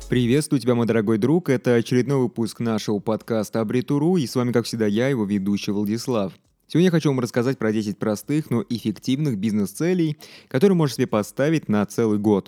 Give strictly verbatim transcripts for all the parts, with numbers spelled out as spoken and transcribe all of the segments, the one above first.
Приветствую тебя, мой дорогой друг. Это очередной выпуск нашего подкаста Абритуру, и с вами, как всегда, я, его ведущий Владислав. Сегодня я хочу вам рассказать про десять простых, но эффективных бизнес-целей, которые можете себе поставить на целый год.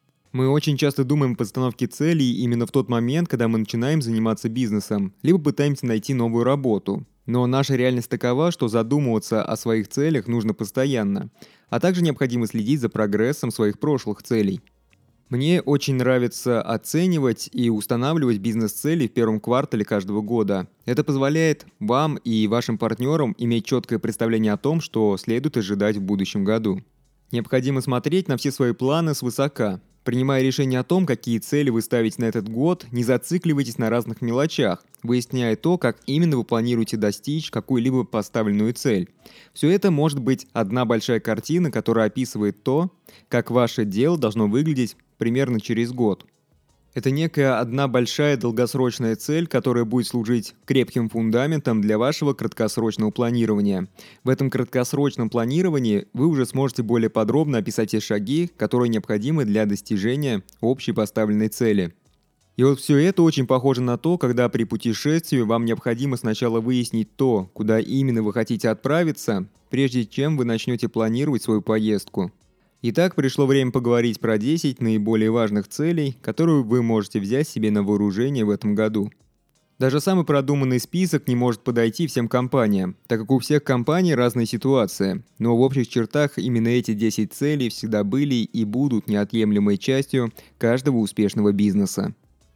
Мы очень часто думаем о постановке целей именно в тот момент, когда мы начинаем заниматься бизнесом, либо пытаемся найти новую работу. Но наша реальность такова, что задумываться о своих целях нужно постоянно, а также необходимо следить за прогрессом своих прошлых целей. Мне очень нравится оценивать и устанавливать бизнес-цели в первом квартале каждого года. Это позволяет вам и вашим партнерам иметь четкое представление о том, что следует ожидать в будущем году. Необходимо смотреть на все свои планы свысока. Принимая решение о том, какие цели вы ставите на этот год, не зацикливайтесь на разных мелочах, выясняя то, как именно вы планируете достичь какую-либо поставленную цель. Все это может быть одна большая картина, которая описывает то, как ваше дело должно выглядеть примерно через год. Это некая одна большая долгосрочная цель, которая будет служить крепким фундаментом для вашего краткосрочного планирования. В этом краткосрочном планировании вы уже сможете более подробно описать те шаги, которые необходимы для достижения общей поставленной цели. И вот все это очень похоже на то, когда при путешествии вам необходимо сначала выяснить то, куда именно вы хотите отправиться, прежде чем вы начнете планировать свою поездку. Итак, пришло время поговорить про десять наиболее важных целей, которые вы можете взять себе на вооружение в этом году. Даже самый продуманный список не может подойти всем компаниям, так как у всех компаний разная ситуация, но в общих чертах именно эти десять целей всегда были и будут неотъемлемой частью каждого успешного бизнеса.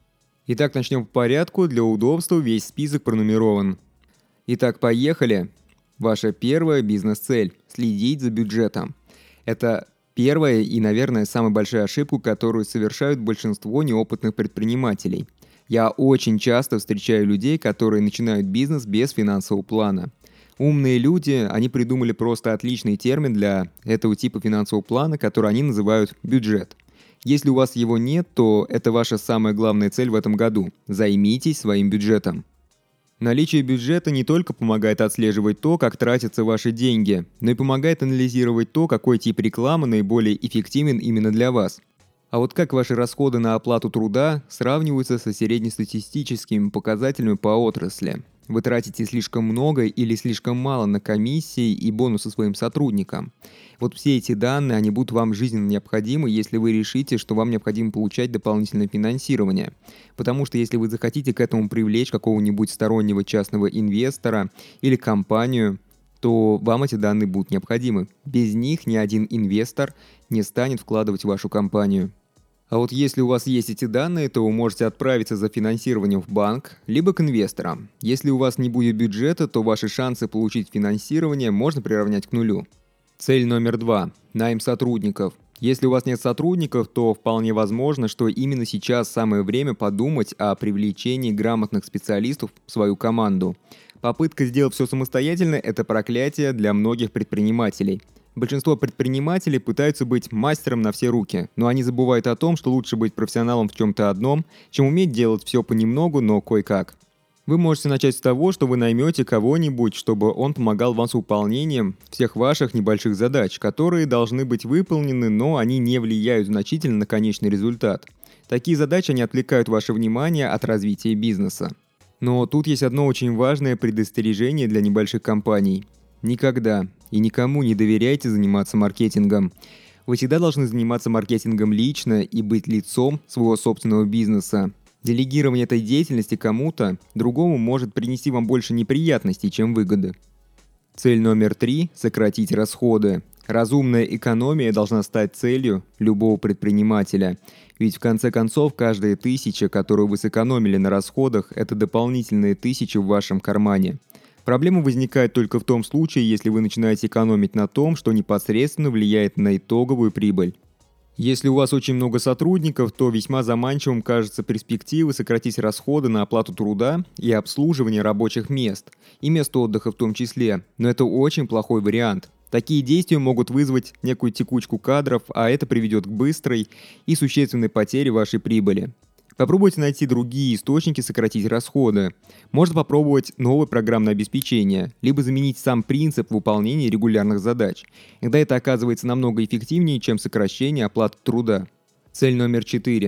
Итак, начнем по порядку, для удобства весь список пронумерован. Итак, поехали! Ваша первая бизнес-цель – следить за бюджетом. Это первая и, наверное, самая большая ошибка, которую совершают большинство неопытных предпринимателей. Я очень часто встречаю людей, которые начинают бизнес без финансового плана. Умные люди, они придумали просто отличный термин для этого типа финансового плана, который они называют бюджет. Если у вас его нет, то это ваша самая главная цель в этом году. Займитесь своим бюджетом. Наличие бюджета не только помогает отслеживать то, как тратятся ваши деньги, но и помогает анализировать то, какой тип рекламы наиболее эффективен именно для вас. А вот как ваши расходы на оплату труда сравниваются со среднестатистическими показателями по отрасли? Вы тратите слишком много или слишком мало на комиссии и бонусы своим сотрудникам? Вот все эти данные, они будут вам жизненно необходимы, если вы решите, что вам необходимо получать дополнительное финансирование. Потому что если вы захотите к этому привлечь какого-нибудь стороннего частного инвестора или компанию, то вам эти данные будут необходимы. Без них ни один инвестор не станет вкладывать в вашу компанию. А вот если у вас есть эти данные, то вы можете отправиться за финансированием в банк, либо к инвесторам. Если у вас не будет бюджета, то ваши шансы получить финансирование можно приравнять к нулю. Цель номер два. Найм сотрудников. Если у вас нет сотрудников, то вполне возможно, что именно сейчас самое время подумать о привлечении грамотных специалистов в свою команду. Попытка сделать все самостоятельно – это проклятие для многих предпринимателей. Большинство предпринимателей пытаются быть мастером на все руки, но они забывают о том, что лучше быть профессионалом в чем-то одном, чем уметь делать все понемногу, но кое-как. Вы можете начать с того, что вы наймете кого-нибудь, чтобы он помогал вам с выполнением всех ваших небольших задач, которые должны быть выполнены, но они не влияют значительно на конечный результат. Такие задачи не отвлекают ваше внимание от развития бизнеса. Но тут есть одно очень важное предостережение для небольших компаний. Никогда и никому не доверяйте заниматься маркетингом. Вы всегда должны заниматься маркетингом лично и быть лицом своего собственного бизнеса. Делегирование этой деятельности кому-то другому может принести вам больше неприятностей, чем выгоды. Цель номер три – сократить расходы. Разумная экономия должна стать целью любого предпринимателя. Ведь в конце концов каждая тысяча, которую вы сэкономили на расходах, это дополнительные тысячи в вашем кармане. Проблема возникает только в том случае, если вы начинаете экономить на том, что непосредственно влияет на итоговую прибыль. Если у вас очень много сотрудников, то весьма заманчивым кажется перспектива сократить расходы на оплату труда и обслуживание рабочих мест, и мест отдыха в том числе, но это очень плохой вариант. Такие действия могут вызвать некую текучку кадров, а это приведет к быстрой и существенной потере вашей прибыли. Попробуйте найти другие источники сократить расходы. Можно попробовать новое программное обеспечение, либо заменить сам принцип выполнения регулярных задач. Иногда это оказывается намного эффективнее, чем сокращение оплаты труда. Цель номер четыре.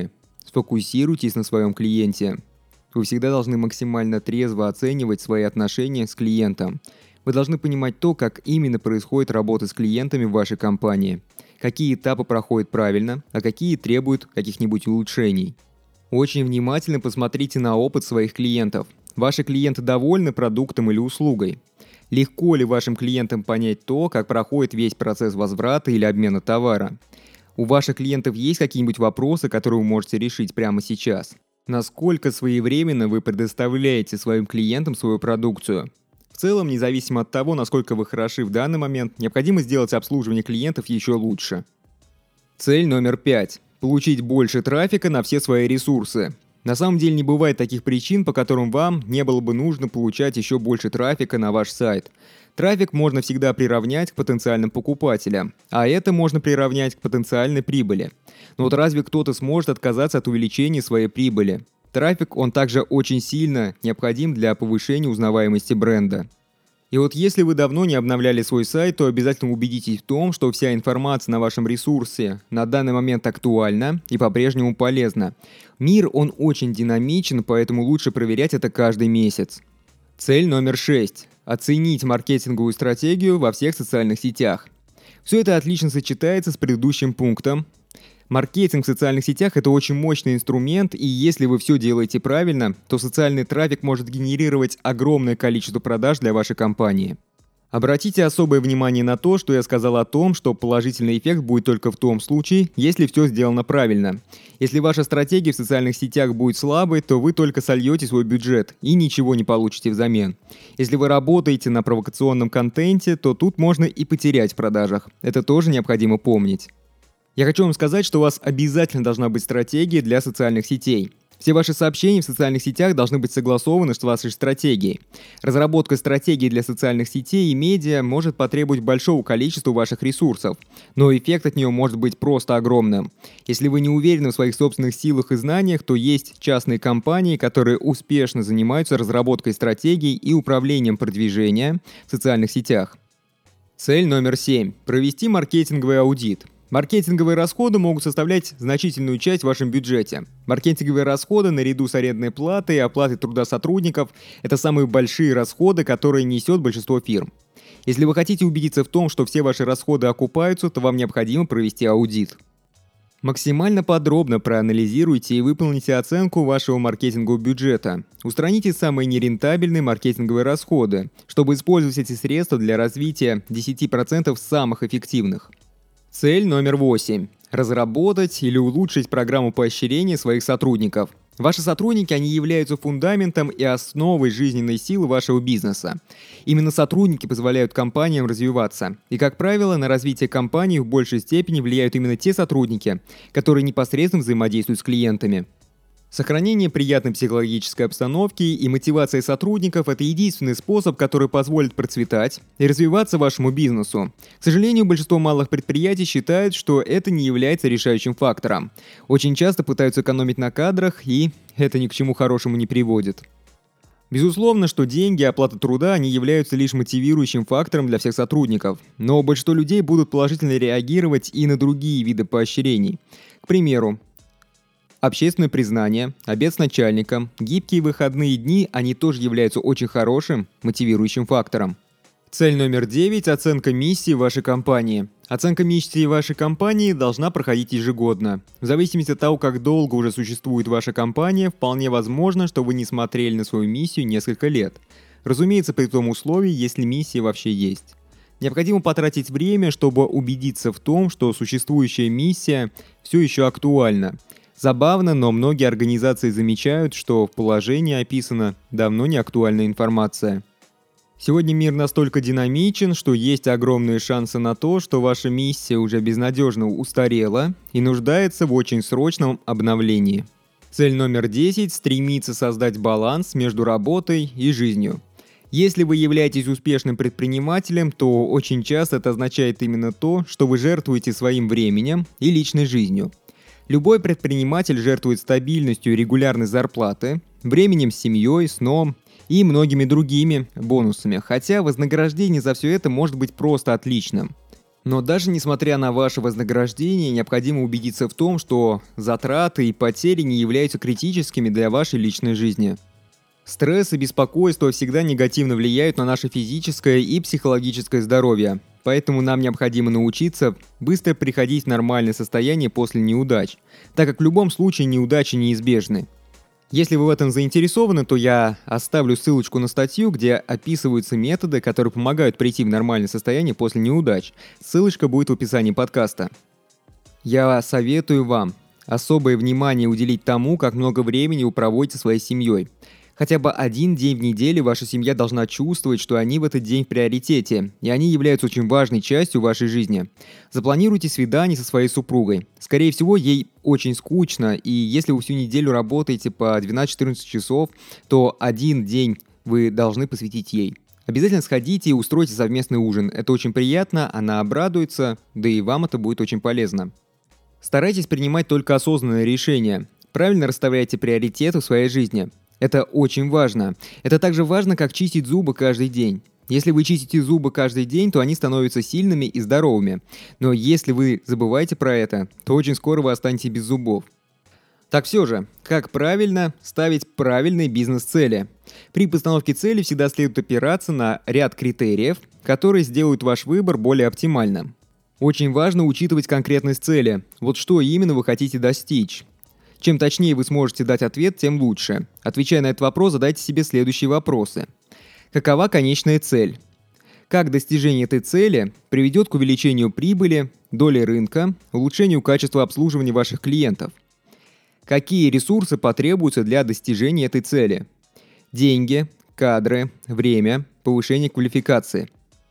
Сфокусируйтесь на своем клиенте. Вы всегда должны максимально трезво оценивать свои отношения с клиентом. Вы должны понимать то, как именно происходит работа с клиентами в вашей компании, какие этапы проходят правильно, а какие требуют каких-нибудь улучшений. Очень внимательно посмотрите на опыт своих клиентов. Ваши клиенты довольны продуктом или услугой? Легко ли вашим клиентам понять то, как проходит весь процесс возврата или обмена товара? У ваших клиентов есть какие-нибудь вопросы, которые вы можете решить прямо сейчас? Насколько своевременно вы предоставляете своим клиентам свою продукцию? В целом, независимо от того, насколько вы хороши в данный момент, необходимо сделать обслуживание клиентов еще лучше. Цель номер пять. Получить больше трафика на все свои ресурсы. На самом деле не бывает таких причин, по которым вам не было бы нужно получать еще больше трафика на ваш сайт. Трафик можно всегда приравнять к потенциальным покупателям, а это можно приравнять к потенциальной прибыли. Но вот разве кто-то сможет отказаться от увеличения своей прибыли? Трафик, он также очень сильно необходим для повышения узнаваемости бренда. И вот если вы давно не обновляли свой сайт, то обязательно убедитесь в том, что вся информация на вашем ресурсе на данный момент актуальна и по-прежнему полезна. Мир, он очень динамичен, поэтому лучше проверять это каждый месяц. Цель номер шесть. Оценить маркетинговую стратегию во всех социальных сетях. Все это отлично сочетается с предыдущим пунктом. Маркетинг в социальных сетях – это очень мощный инструмент, и если вы все делаете правильно, то социальный трафик может генерировать огромное количество продаж для вашей компании. Обратите особое внимание на то, что я сказал о том, что положительный эффект будет только в том случае, если все сделано правильно. Если ваша стратегия в социальных сетях будет слабой, то вы только сольете свой бюджет и ничего не получите взамен. Если вы работаете на провокационном контенте, то тут можно и потерять в продажах. Это тоже необходимо помнить. Я хочу вам сказать, что у вас обязательно должна быть стратегия для социальных сетей. Все ваши сообщения в социальных сетях должны быть согласованы с вашей стратегией. Разработка стратегии для социальных сетей и медиа может потребовать большого количества ваших ресурсов, но эффект от нее может быть просто огромным. Если вы не уверены в своих собственных силах и знаниях, то есть частные компании, которые успешно занимаются разработкой стратегий и управлением продвижения в социальных сетях. Цель номер семь. Провести маркетинговый аудит. Маркетинговые расходы могут составлять значительную часть в вашем бюджете. Маркетинговые расходы наряду с арендной платой и оплатой труда сотрудников – это самые большие расходы, которые несет большинство фирм. Если вы хотите убедиться в том, что все ваши расходы окупаются, то вам необходимо провести аудит. Максимально подробно проанализируйте и выполните оценку вашего маркетингового бюджета. Устраните самые нерентабельные маркетинговые расходы, чтобы использовать эти средства для развития десять процентов самых эффективных. Цель номер восемь. Разработать или улучшить программу поощрения своих сотрудников. Ваши сотрудники, они являются фундаментом и основой жизненной силы вашего бизнеса. Именно сотрудники позволяют компаниям развиваться. И, как правило, на развитие компании в большей степени влияют именно те сотрудники, которые непосредственно взаимодействуют с клиентами. Сохранение приятной психологической обстановки и мотивация сотрудников – это единственный способ, который позволит процветать и развиваться вашему бизнесу. К сожалению, большинство малых предприятий считают, что это не является решающим фактором. Очень часто пытаются экономить на кадрах, и это ни к чему хорошему не приводит. Безусловно, что деньги и оплата труда, они являются лишь мотивирующим фактором для всех сотрудников, но большинство людей будут положительно реагировать и на другие виды поощрений. К примеру, общественное признание, обед с начальником, гибкие выходные дни, они тоже являются очень хорошим мотивирующим фактором. Цель номер девять – оценка миссии вашей компании. Оценка миссии вашей компании должна проходить ежегодно. В зависимости от того, как долго уже существует ваша компания, вполне возможно, что вы не смотрели на свою миссию несколько лет. Разумеется, при том условии, если миссия вообще есть. Необходимо потратить время, чтобы убедиться в том, что существующая миссия все еще актуальна. Забавно, но многие организации замечают, что в положении описана давно не актуальная информация. Сегодня мир настолько динамичен, что есть огромные шансы на то, что ваша миссия уже безнадежно устарела и нуждается в очень срочном обновлении. Цель номер десять – стремиться создать баланс между работой и жизнью. Если вы являетесь успешным предпринимателем, то очень часто это означает именно то, что вы жертвуете своим временем и личной жизнью. Любой предприниматель жертвует стабильностью и регулярной зарплаты, временем с семьей, сном и многими другими бонусами, хотя вознаграждение за все это может быть просто отличным. Но даже несмотря на ваше вознаграждение, необходимо убедиться в том, что затраты и потери не являются критическими для вашей личной жизни. Стресс и беспокойство всегда негативно влияют на наше физическое и психологическое здоровье, поэтому нам необходимо научиться быстро приходить в нормальное состояние после неудач, так как в любом случае неудачи неизбежны. Если вы в этом заинтересованы, то я оставлю ссылочку на статью, где описываются методы, которые помогают прийти в нормальное состояние после неудач. Ссылочка будет в описании подкаста. Я советую вам особое внимание уделить тому, как много времени вы проводите со своей семьей. Хотя бы один день в неделю ваша семья должна чувствовать, что они в этот день в приоритете, и они являются очень важной частью вашей жизни. Запланируйте свидание со своей супругой. Скорее всего, ей очень скучно, и если вы всю неделю работаете по двенадцать-четырнадцать часов, то один день вы должны посвятить ей. Обязательно сходите и устройте совместный ужин. Это очень приятно, она обрадуется, да и вам это будет очень полезно. Старайтесь принимать только осознанные решения. Правильно расставляйте приоритеты в своей жизни. Это очень важно. Это также важно, как чистить зубы каждый день. Если вы чистите зубы каждый день, то они становятся сильными и здоровыми. Но если вы забываете про это, то очень скоро вы останетесь без зубов. Так все же, как правильно ставить правильные бизнес-цели? При постановке цели всегда следует опираться на ряд критериев, которые сделают ваш выбор более оптимальным. Очень важно учитывать конкретность цели. Вот что именно вы хотите достичь. Чем точнее вы сможете дать ответ, тем лучше. Отвечая на этот вопрос, задайте себе следующие вопросы. Какова конечная цель? Как достижение этой цели приведет к увеличению прибыли, доли рынка, улучшению качества обслуживания ваших клиентов? Какие ресурсы потребуются для достижения этой цели? Деньги, кадры, время, повышение квалификации.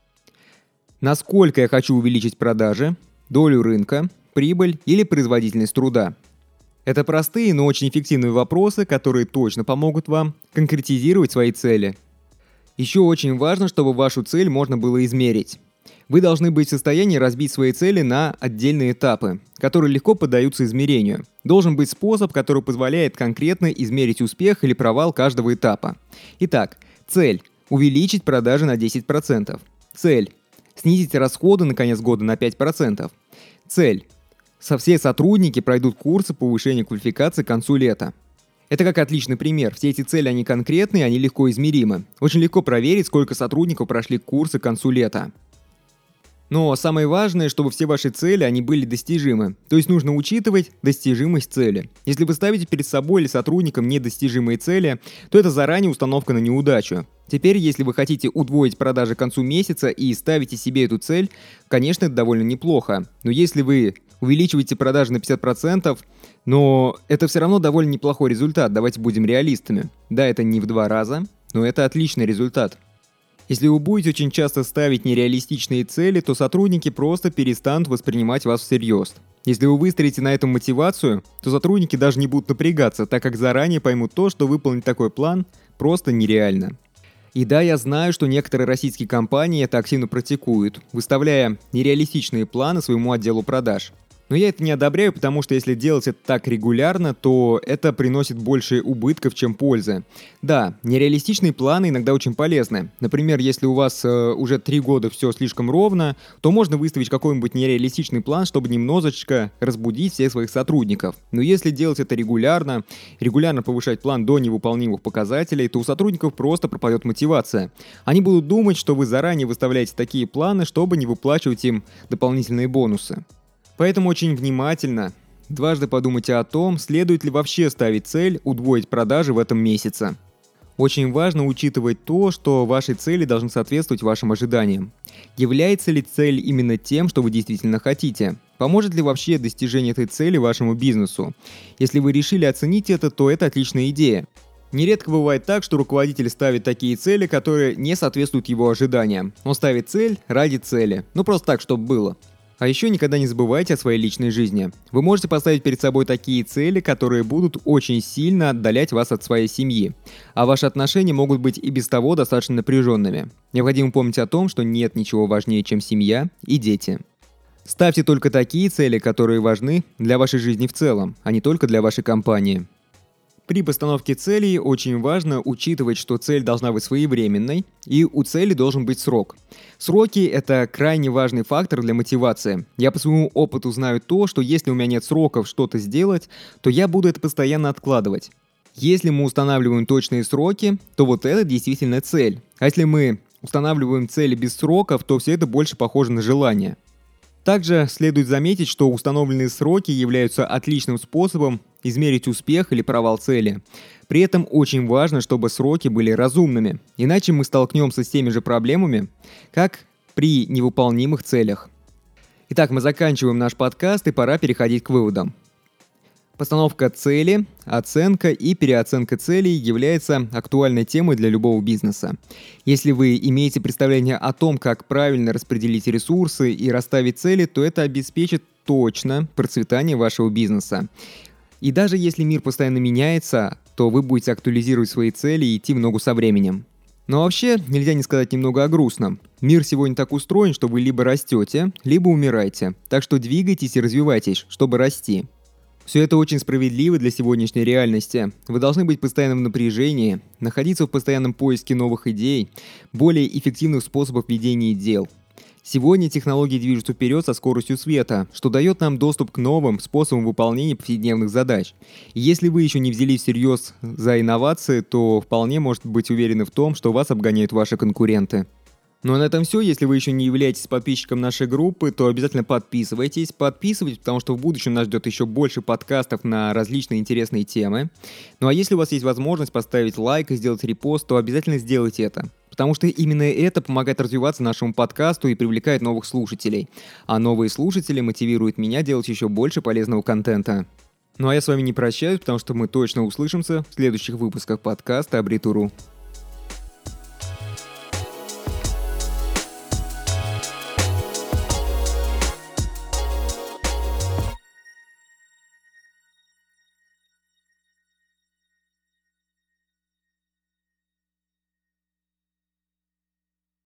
Насколько я хочу увеличить продажи, долю рынка, прибыль или производительность труда? Это простые, но очень эффективные вопросы, которые точно помогут вам конкретизировать свои цели. Еще очень важно, чтобы вашу цель можно было измерить. Вы должны быть в состоянии разбить свои цели на отдельные этапы, которые легко поддаются измерению. Должен быть способ, который позволяет конкретно измерить успех или провал каждого этапа. Итак, цель – увеличить продажи на десять процентов. Цель – снизить расходы на конец года на пять процентов. Цель – со все сотрудники пройдут курсы повышения квалификации к концу лета. Это как отличный пример. Все эти цели, они конкретные, они легко измеримы. Очень легко проверить, сколько сотрудников прошли курсы к концу лета. Но самое важное, чтобы все ваши цели, они были достижимы. То есть нужно учитывать достижимость цели. Если вы ставите перед собой или сотрудникам недостижимые цели, то это заранее установка на неудачу. Теперь, если вы хотите удвоить продажи к концу месяца и ставите себе эту цель, конечно, это довольно неплохо. Но если вы увеличиваете продажи на пятьдесят процентов, но это все равно довольно неплохой результат, давайте будем реалистами. Да, это не в два раза, но это отличный результат. Если вы будете очень часто ставить нереалистичные цели, то сотрудники просто перестанут воспринимать вас всерьез. Если вы выстроите на этом мотивацию, то сотрудники даже не будут напрягаться, так как заранее поймут то, что выполнить такой план просто нереально. И да, я знаю, что некоторые российские компании это активно практикуют, выставляя нереалистичные планы своему отделу продаж. Но я это не одобряю, потому что если делать это так регулярно, то это приносит больше убытков, чем пользы. Да, нереалистичные планы иногда очень полезны. Например, если у вас э, уже три года все слишком ровно, то можно выставить какой-нибудь нереалистичный план, чтобы немножечко разбудить всех своих сотрудников. Но если делать это регулярно, регулярно повышать план до невыполнимых показателей, то у сотрудников просто пропадет мотивация. Они будут думать, что вы заранее выставляете такие планы, чтобы не выплачивать им дополнительные бонусы. Поэтому очень внимательно, дважды подумайте о том, следует ли вообще ставить цель удвоить продажи в этом месяце. Очень важно учитывать то, что ваши цели должны соответствовать вашим ожиданиям. Является ли цель именно тем, что вы действительно хотите? Поможет ли вообще достижение этой цели вашему бизнесу? Если вы решили оценить это, то это отличная идея. Нередко бывает так, что руководитель ставит такие цели, которые не соответствуют его ожиданиям. Он ставит цель ради цели, ну просто так, чтобы было. А еще никогда не забывайте о своей личной жизни. Вы можете поставить перед собой такие цели, которые будут очень сильно отдалять вас от своей семьи. А ваши отношения могут быть и без того достаточно напряженными. Необходимо помнить о том, что нет ничего важнее, чем семья и дети. Ставьте только такие цели, которые важны для вашей жизни в целом, а не только для вашей компании. При постановке целей очень важно учитывать, что цель должна быть своевременной, и у цели должен быть срок. Сроки – это крайне важный фактор для мотивации. Я по своему опыту знаю то, что если у меня нет сроков что-то сделать, то я буду это постоянно откладывать. Если мы устанавливаем точные сроки, то вот это действительно цель. А если мы устанавливаем цели без сроков, то все это больше похоже на желание. Также следует заметить, что установленные сроки являются отличным способом измерить успех или провал цели. При этом очень важно, чтобы сроки были разумными, иначе мы столкнемся с теми же проблемами, как при невыполнимых целях. Итак, мы заканчиваем наш подкаст, и пора переходить к выводам. Постановка цели, оценка и переоценка целей является актуальной темой для любого бизнеса. Если вы имеете представление о том, как правильно распределить ресурсы и расставить цели, то это обеспечит точно процветание вашего бизнеса. И даже если мир постоянно меняется, то вы будете актуализировать свои цели и идти в ногу со временем. Но вообще, нельзя не сказать немного о грустном. Мир сегодня так устроен, что вы либо растете, либо умираете. Так что двигайтесь и развивайтесь, чтобы расти. Все это очень справедливо для сегодняшней реальности. Вы должны быть постоянно в напряжении, находиться в постоянном поиске новых идей, более эффективных способов ведения дел. Сегодня технологии движутся вперед со скоростью света, что дает нам доступ к новым способам выполнения повседневных задач. И если вы еще не взялись всерьез за инновации, то вполне можете быть уверены в том, что вас обгоняют ваши конкуренты. Ну а на этом все. Если вы еще не являетесь подписчиком нашей группы, то обязательно подписывайтесь. Подписывайтесь, потому что в будущем нас ждет еще больше подкастов на различные интересные темы. Ну а если у вас есть возможность поставить лайк и сделать репост, то обязательно сделайте это. Потому что именно это помогает развиваться нашему подкасту и привлекает новых слушателей. А новые слушатели мотивируют меня делать еще больше полезного контента. Ну а я с вами не прощаюсь, потому что мы точно услышимся в следующих выпусках подкаста Абритуру.